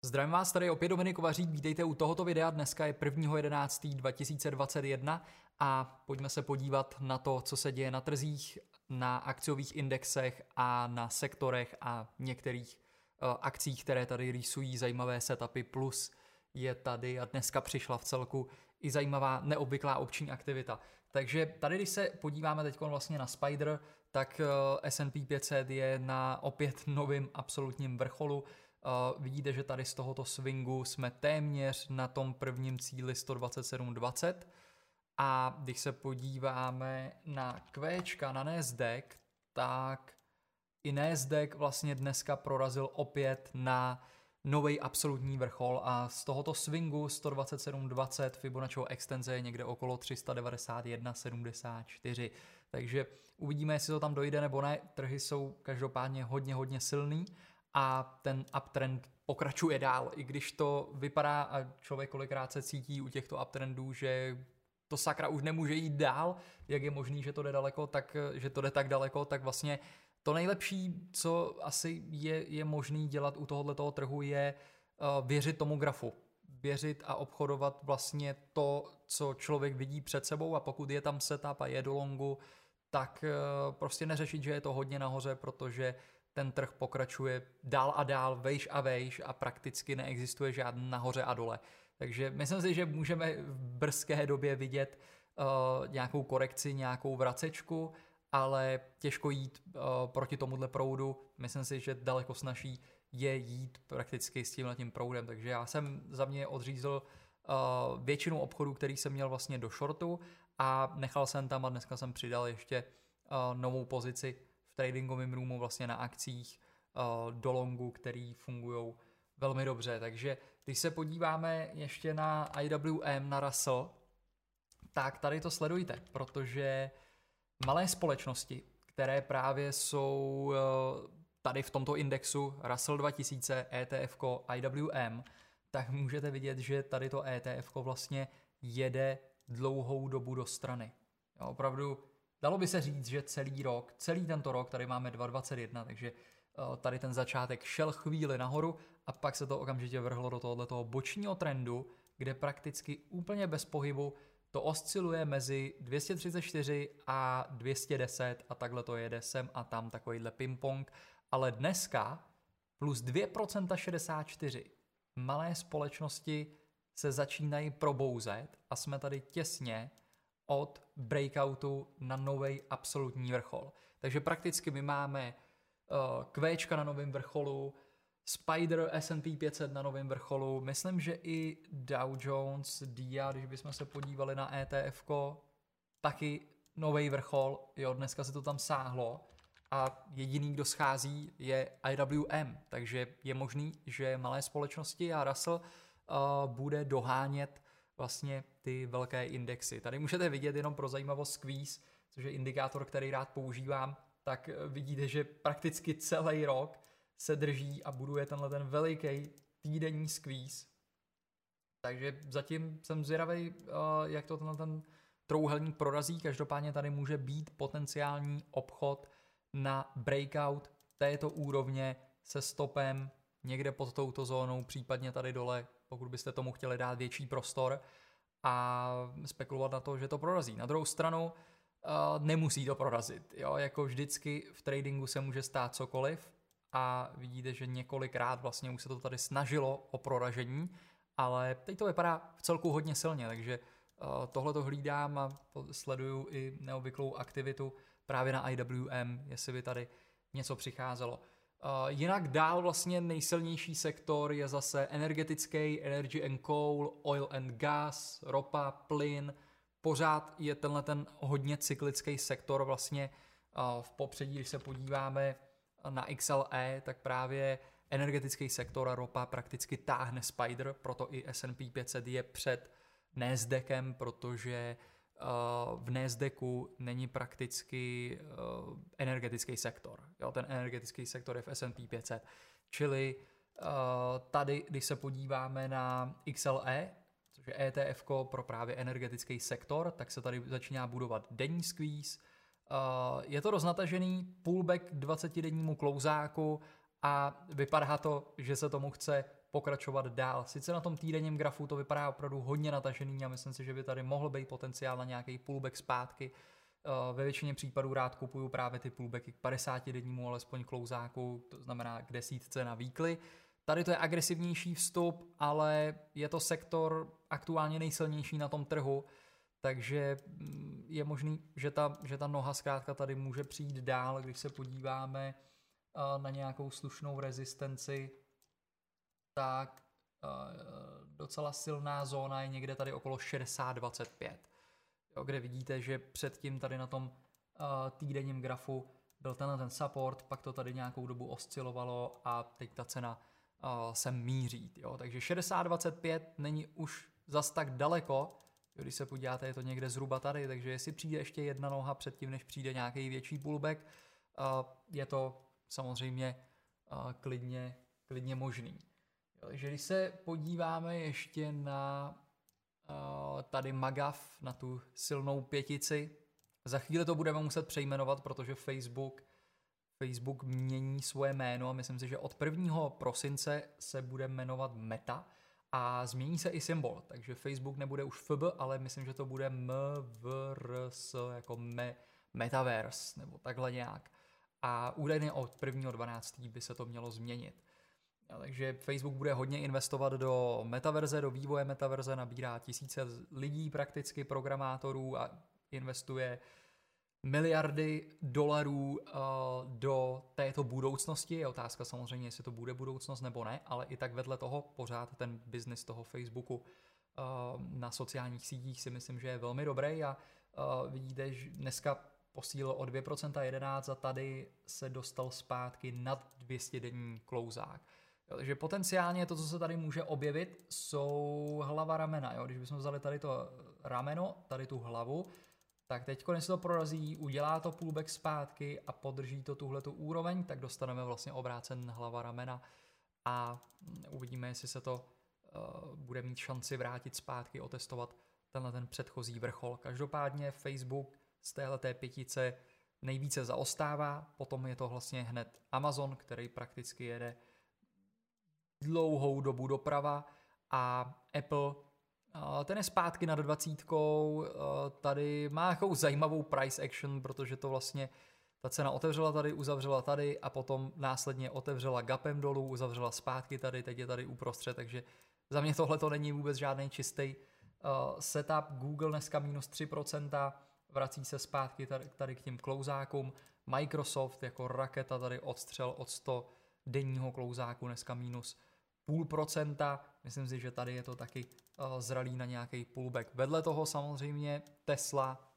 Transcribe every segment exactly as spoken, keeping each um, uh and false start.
Zdravím vás, tady opět Dominik Kovařík, vítejte u tohoto videa, dneska je prvního jedenáctého dva tisíce dvacet jedna a pojďme se podívat na to, co se děje na trzích, na akciových indexech a na sektorech a některých uh, akcích, které tady rýsují zajímavé setupy, plus je tady a dneska přišla v celku i zajímavá neobvyklá opční aktivita. Takže tady, když se podíváme teď vlastně na Spider, tak uh, S and P pět set je na opět novým absolutním vrcholu. Uh, vidíte, že tady z tohoto swingu jsme téměř na tom prvním cíli sto dvacet sedm dvacet a když se podíváme na Qčka, na Nasdaq, tak i Nasdaq vlastně dneska prorazil opět na nový absolutní vrchol a z tohoto swingu sto dvacet sedm dvacet Fibonacciho extenze je někde okolo tři sta devadesát jedna sedmdesát čtyři. Takže uvidíme, jestli to tam dojde nebo ne. Trhy jsou každopádně hodně, hodně silný a ten uptrend pokračuje dál, i když to vypadá a člověk kolikrát se cítí u těchto uptrendů, že to sakra už nemůže jít dál, jak je možný, že to jde daleko, tak, že to jde tak daleko, tak vlastně to nejlepší, co asi je, je možný dělat u tohoto trhu, je uh, věřit tomu grafu. Věřit a obchodovat vlastně to, co člověk vidí před sebou, a pokud je tam setup a je do longu, tak uh, prostě neřešit, že je to hodně nahoře, protože ten trh pokračuje dál a dál, vejš a vejš a prakticky neexistuje žádný nahoře a dole. Takže myslím si, že můžeme v brzké době vidět uh, nějakou korekci, nějakou vracečku, ale těžko jít uh, proti tomuhle proudu. Myslím si, že daleko snazší je jít prakticky s tímhletím proudem. Takže já jsem za mě odřízl uh, většinu obchodů, který jsem měl vlastně do shortu a nechal jsem tam a dneska jsem přidal ještě uh, novou pozici v tradingovém roomu vlastně na akcích uh, do longu, který fungují velmi dobře. Takže když se podíváme ještě na I W M, na Russell, tak tady to sledujte, protože malé společnosti, které právě jsou uh, tady v tomto indexu Russell dva tisíce, E T F ko I W M, tak můžete vidět, že tady to E T F ko vlastně jede dlouhou dobu do strany. Jo, opravdu dalo by se říct, že celý rok, celý tento rok, tady máme dva tisíce dvacet jedna, takže uh, tady ten začátek šel chvíli nahoru a pak se to okamžitě vrhlo do tohoto bočního trendu, kde prakticky úplně bez pohybu to osciluje mezi dvě stě třicet čtyři a dvě stě deset a takhle to jede sem a tam takovýhle ping-pong, ale dneska plus dvě procenta šedesát čtyři. Malé společnosti se začínají probouzet a jsme tady těsně od breakoutu na nový absolutní vrchol. Takže prakticky my máme uh, Qčka na novém vrcholu, Spider S and P pět set na novém vrcholu, myslím, že i Dow Jones, D I A, když bychom se podívali na E T F ko, taky nový vrchol, jo, dneska se to tam sáhlo a jediný, kdo schází, je I W M, takže je možný, že malé společnosti a Russell uh, bude dohánět vlastně ty velké indexy. Tady můžete vidět jenom pro zajímavost squeeze, což je indikátor, který rád používám, tak vidíte, že prakticky celý rok se drží a buduje tenhle ten veliký týdenní squeeze. Takže zatím jsem zvědavý, jak to tenhle ten trouhelník prorazí. Každopádně tady může být potenciální obchod na breakout této úrovně se stopem někde pod touto zónou, případně tady dole, pokud byste tomu chtěli dát větší prostor a spekulovat na to, že to prorazí. Na druhou stranu uh, nemusí to prorazit. Jo? Jako vždycky v tradingu se může stát cokoliv a vidíte, že několikrát vlastně už se to tady snažilo o proražení, ale teď to vypadá v celku hodně silně, takže uh, tohle to hlídám a sleduju i neobvyklou aktivitu právě na I W M, jestli by tady něco přicházelo. Uh, jinak dál vlastně nejsilnější sektor je zase energetický, energy and coal, oil and gas, ropa, plyn. Pořád je tenhle ten hodně cyklický sektor vlastně uh, v popředí, když se podíváme na X L E, tak právě energetický sektor a ropa prakticky táhne Spider, proto i S and P pět set je před Nasdaqem, protože uh, v Nasdaqu není prakticky uh, energetický sektor. Jo, ten energetický sektor je v S and P pět set. Čili uh, tady, když se podíváme na X L E, což je E T F ko pro právě energetický sektor, tak se tady začíná budovat denní squeeze. Uh, je to roznatažený pullback dvacetidennímu klouzáku a vypadá to, že se tomu chce pokračovat dál. Sice na tom týdenním grafu to vypadá opravdu hodně natažený a myslím si, že by tady mohl být potenciál na nějaký pullback zpátky. Ve většině případů rád kupuju právě ty pullbacky k padesátidennímu alespoň klouzáku, to znamená k desítce na weekly. Tady to je agresivnější vstup, ale je to sektor aktuálně nejsilnější na tom trhu, takže je možný, že ta, že ta noha zkrátka tady může přijít dál, když se podíváme na nějakou slušnou rezistenci, tak docela silná zóna je někde tady okolo šedesát dvacet pět, jo, kde vidíte, že předtím tady na tom týdenním grafu byl tenhle ten support, pak to tady nějakou dobu oscilovalo a teď ta cena se míří. Jo. Takže šedesát dvacet pět není už zas tak daleko, když se podíváte, je to někde zhruba tady, takže jestli přijde ještě jedna noha předtím, než přijde nějaký větší pullback, je to samozřejmě klidně, klidně možný. Takže když se podíváme ještě na tady Magav, na tu silnou pětici, za chvíli to budeme muset přejmenovat, protože Facebook Facebook mění svoje jméno a myslím si, že od prvního prosince se bude jmenovat Meta a změní se i symbol, takže Facebook nebude už F B, ale myslím, že to bude M V R S jako me, Metaverse nebo takhle nějak. A údajně od prvního dvanáctého by se to mělo změnit. Ja, takže Facebook bude hodně investovat do metaverze, do vývoje metaverze, nabírá tisíce lidí prakticky, programátorů a investuje miliardy dolarů uh, do této budoucnosti. Je otázka samozřejmě, jestli to bude budoucnost nebo ne, ale i tak vedle toho pořád ten biznis toho Facebooku uh, na sociálních sítích si myslím, že je velmi dobrý a uh, vidíte, že dneska posílil o dvě procenta jedenáct a tady se dostal zpátky nad dvě stě denní klouzák. Jo, takže potenciálně to, co se tady může objevit, jsou hlava ramena. Jo? Když bychom vzali tady to rameno, tady tu hlavu, tak teď, když se to prorazí, udělá to pullback zpátky a podrží to tuhletu úroveň, tak dostaneme vlastně obrácen hlava ramena a uvidíme, jestli se to uh, bude mít šanci vrátit zpátky, otestovat tenhle ten předchozí vrchol. Každopádně Facebook z téhleté pětice nejvíce zaostává, potom je to vlastně hned Amazon, který prakticky jede dlouhou dobu doprava a Apple, ten je zpátky nad dvacítkou, tady má nějakou zajímavou price action, protože to vlastně ta cena otevřela tady, uzavřela tady a potom následně otevřela gapem dolů, uzavřela zpátky tady, teď je tady uprostřed, takže za mě tohle to není vůbec žádný čistý setup. Google dneska minus tři procenta, vrací se zpátky tady, tady k těm klouzákům. Microsoft jako raketa tady odstřel od sto denního klouzáku, dneska minus půl procenta. Myslím si, že tady je to taky uh, zralý na nějaký pullback. Vedle toho samozřejmě Tesla,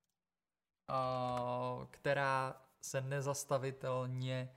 uh, která se nezastavitelně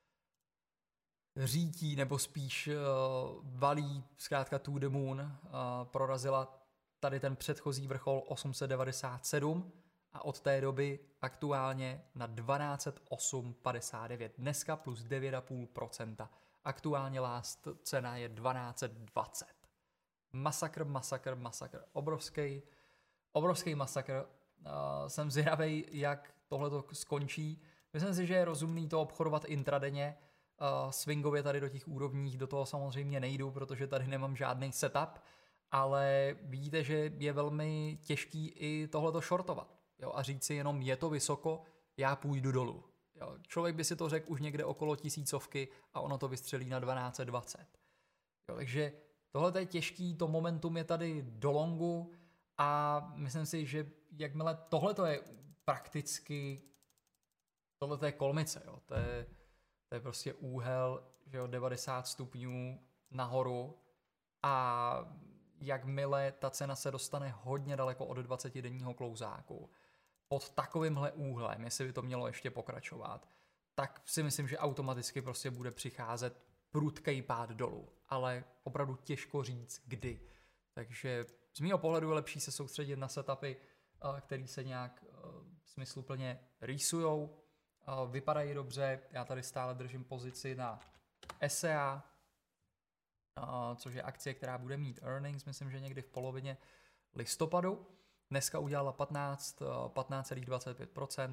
řítí, nebo spíš uh, valí zkrátka to the moon, uh, prorazila tady ten předchozí vrchol osm set devadesát sedm a od té doby aktuálně na dvanáct set osm padesát devět. Dneska plus devět celá pět procenta. Aktuálně last cena je dvanáct set dvacet. Masakr, masakr, masakr. Obrovský, obrovský masakr. Uh, jsem zvědavej, jak tohle to skončí. Myslím si, že je rozumný to obchodovat intradenně. Uh, swingově tady do těch úrovních do toho samozřejmě nejdu, protože tady nemám žádný setup, ale vidíte, že je velmi těžký i tohleto shortovat. Jo, a říct si jenom, je to vysoko, já půjdu dolů. Jo, člověk by si to řekl už někde okolo tisícovky a ono to vystřelí na dvanáct set dvacet. Jo, takže tohle je těžký, to momentum je tady do longu a myslím si, že jakmile tohle je prakticky, tohle je kolmice, jo, to je, to je prostě úhel, že jo, devadesát stupňů nahoru a jakmile ta cena se dostane hodně daleko od dvacetidenního klouzáku, pod takovýmhle úhlem, jestli by to mělo ještě pokračovat, tak si myslím, že automaticky prostě bude přicházet prudký pád dolů, ale opravdu těžko říct kdy. Takže z mého pohledu je lepší se soustředit na setupy, které se nějak smysluplně rýsujou, vypadají dobře. Já tady stále držím pozici na S E A, což je akcie, která bude mít earnings, myslím, že někdy v polovině listopadu. Dneska udělala patnáct celá dvacet pět procent,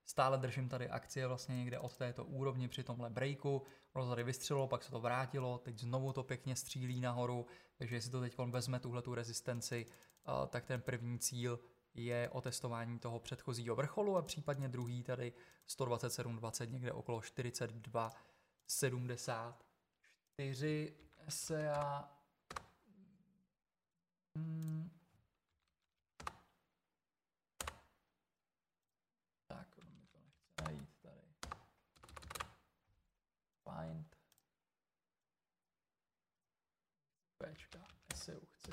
Stále držím tady akcie vlastně někde od této úrovni při tomhle breaku. Ono tady vystřelilo, pak se to vrátilo, teď znovu to pěkně střílí nahoru, takže jestli to teď vezme tuhletu rezistenci, tak ten první cíl je otestování toho předchozího vrcholu a případně druhý tady sto dvacet sedm dvacet někde okolo čtyřicet dva sedmdesát čtyři S E A. Hmm. Tak, ono mi to nechce najít tady. Find. Pčka, S E U chci.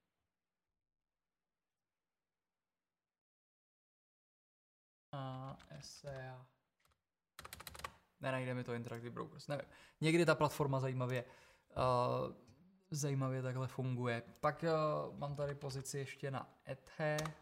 A S E A. Nenajde mi to Interactive Brokers, nevím. Někdy ta platforma zajímavě, uh, zajímavě takhle funguje. Pak uh, mám tady pozici ještě na E T H.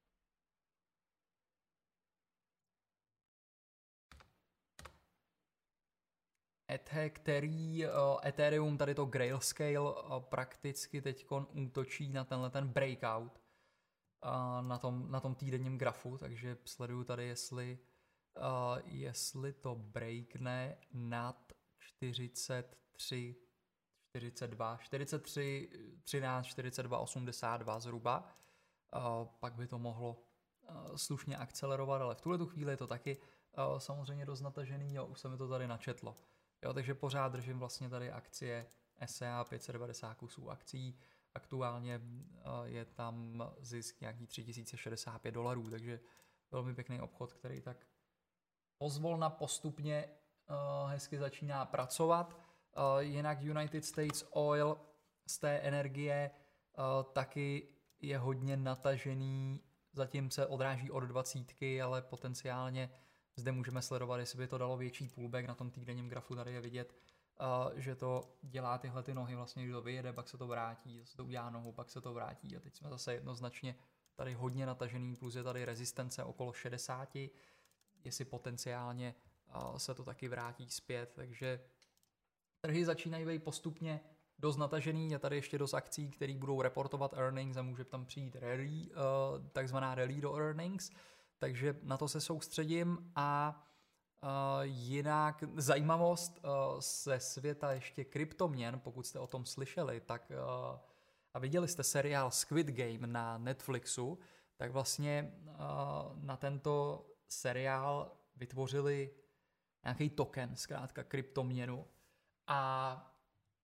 E T H, který uh, Ethereum, tady to Grayscale uh, prakticky teď útočí na tenhle ten breakout uh, na tom, na tom týdenním grafu, takže sleduju tady, jestli Uh, jestli to breakne nad čtyřicet tři, čtyřicet dva, čtyřicet tři, třináct, čtyřicet dva, osmdesát dva zhruba, uh, pak by to mohlo uh, slušně akcelerovat, ale v tuhle tu chvíli je to taky uh, samozřejmě dost natažený, jo, už se mi to tady načetlo. Jo, takže pořád držím vlastně tady akcie S E A, pět set devadesát kusů akcí, aktuálně uh, je tam zisk nějaký tři tisíce šedesát pět dolarů, takže velmi pěkný obchod, který tak pozvolna postupně uh, hezky začíná pracovat. Uh, jinak United States Oil z té energie uh, taky je hodně natažený, zatím se odráží od dvacítky, ale potenciálně zde můžeme sledovat, jestli by to dalo větší pullback. Na tom týdenním grafu tady je vidět, uh, že to dělá tyhle ty nohy, vlastně když to vyjede, pak se to vrátí, zase to udělá nohu, pak se to vrátí a teď jsme zase jednoznačně tady hodně natažený, plus je tady rezistence okolo šedesát, jestli potenciálně uh, se to taky vrátí zpět, takže trhy začínají být postupně dost natažený, je tady ještě dost akcí, které budou reportovat earnings a může tam přijít rally, uh, takzvaná rally do earnings, takže na to se soustředím a uh, jinak zajímavost uh, ze světa ještě kryptoměn, pokud jste o tom slyšeli, tak uh, a viděli jste seriál Squid Game na Netflixu, tak vlastně uh, na tento seriál vytvořili nějaký token, zkrátka kryptoměnu a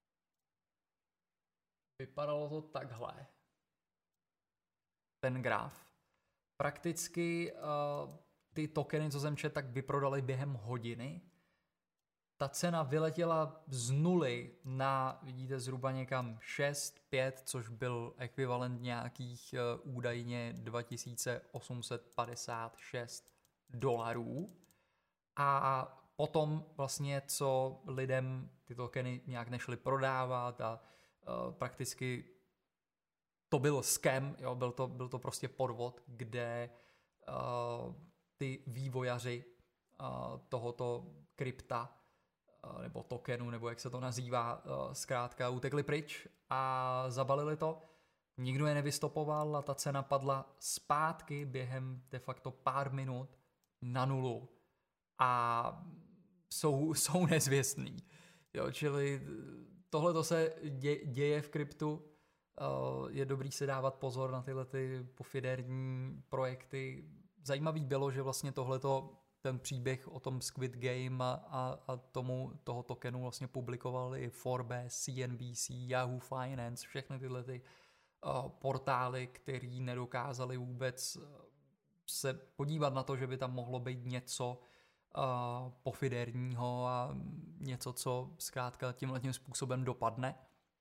vypadalo to takhle. Ten graf. Prakticky uh, ty tokeny, co jsem četl, tak vyprodali během hodiny. Ta cena vyletěla z nuly na, vidíte, zhruba někam šest, pět, což byl ekvivalent nějakých uh, údajně dva tisíce osm set padesát šest dolarů. A potom vlastně, co lidem ty tokeny nějak nešly prodávat a uh, prakticky to byl scam, jo, byl to, byl to prostě podvod, kde uh, ty vývojaři uh, tohoto krypta uh, nebo tokenu, nebo jak se to nazývá, uh, zkrátka utekli pryč a zabalili to. Nikdo je nevystopoval a ta cena padla zpátky během de facto pár minut na nulu a jsou, jsou nezvěstný. Jo, čili tohle to se dě, děje v kryptu. Uh, je dobrý si dávat pozor na tyhle ty pofiderní projekty. Zajímavý bylo, že vlastně tohleto, ten příběh o tom Squid Game a, a, a tomu, toho tokenu vlastně publikovali Forbes, C N B C, Yahoo Finance, všechny tyhle ty uh, portály, které nedokázali vůbec se podívat na to, že by tam mohlo být něco uh, pofiderního a něco, co zkrátka tímhletím způsobem dopadne.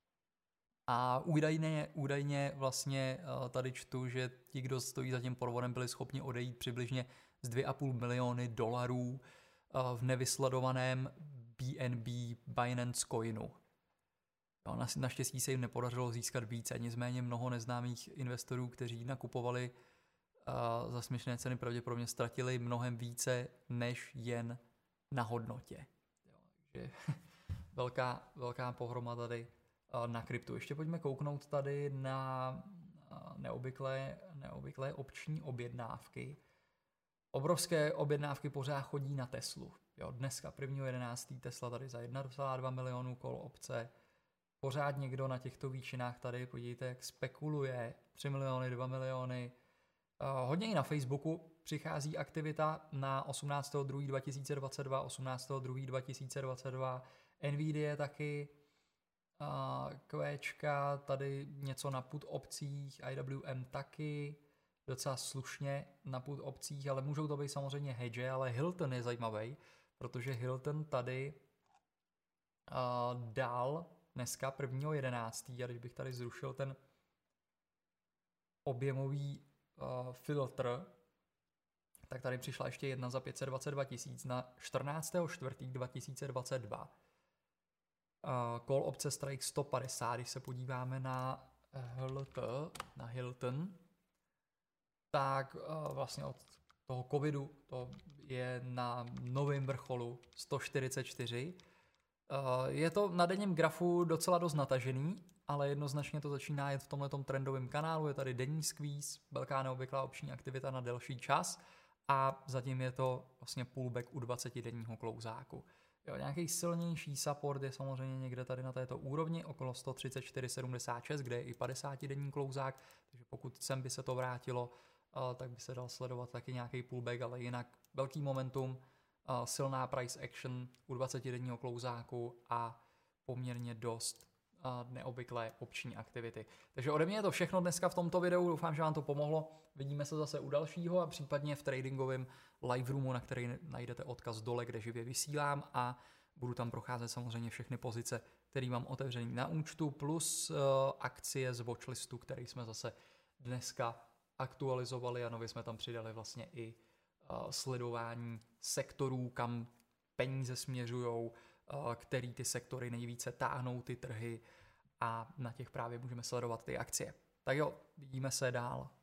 A údajně, údajně vlastně uh, tady čtu, že ti, kdo stojí za tím podvodem, byli schopni odejít přibližně z dvě a půl miliony dolarů uh, v nevysledovaném B N B Binance Coinu. Jo, naštěstí se jim nepodařilo získat více, nicméně mnoho neznámých investorů, kteří nakupovali uh, za směšné ceny, pravděpodobně ztratili mnohem více než jen na hodnotě. Jo, takže velká, velká pohroma tady uh, na kryptu. Ještě pojďme kouknout tady na uh, neobvyklé, neobvyklé opční objednávky. Obrovské objednávky pořád chodí na Teslu. Jo, dneska prvního jedenáctého Tesla tady za jedna celá dva milionu kol opce. Pořád někdo na těchto výšinách tady, podívejte, jak spekuluje. tři miliony, dva miliony. Uh, hodně i na Facebooku přichází aktivita na osmnáctého druhého dva tisíce dvacet dva, osmnáctého druhého dva tisíce dvacet dva. Nvidia taky. Uh, Qčka, tady něco na put opcích, I W M taky. Docela slušně na put opcích, ale můžou to být samozřejmě hedge, ale Hilton je zajímavý, protože Hilton tady uh, dal dneska prvního jedenáctého a když bych tady zrušil ten objemový uh, filtr, tak tady přišla ještě jedna za pět set dvacet dva tisíc na čtrnáctého čtvrtého dva tisíce dvacet dva. Uh, call opce strike sto padesát, když se podíváme na H L T, na Hilton, tak uh, vlastně od toho covidu to je na novém vrcholu sto čtyřicet čtyři. Uh, je to na denním grafu docela dost natažený, ale jednoznačně to začíná jet v tomhletom trendovém kanálu. Je tady denní squeeze, velká neobvyklá opční aktivita na delší čas a zatím je to vlastně pullback u dvacetidenního klouzáku. Jo, nějaký silnější support je samozřejmě někde tady na této úrovni, okolo sto třicet čtyři sedmdesát šest, kde je i padesátidenní klouzák, takže pokud sem by se to vrátilo, uh, tak by se dal sledovat taky nějaký pullback, ale jinak velký momentum, uh, silná price action u dvacetidenního klouzáku a poměrně dost uh, neobvyklé opční aktivity. Takže ode mě je to všechno dneska v tomto videu, doufám, že vám to pomohlo. Vidíme se zase u dalšího a případně v tradingovém live roomu, na který najdete odkaz dole, kde živě vysílám a budu tam procházet samozřejmě všechny pozice, které mám otevřený na účtu, plus uh, akcie z watchlistu, který jsme zase dneska aktualizovali a nově jsme tam přidali vlastně i uh, sledování sektorů, kam peníze směřujou, uh, který ty sektory nejvíce táhnou ty trhy a na těch právě můžeme sledovat ty akcie. Tak jo, vidíme se dál.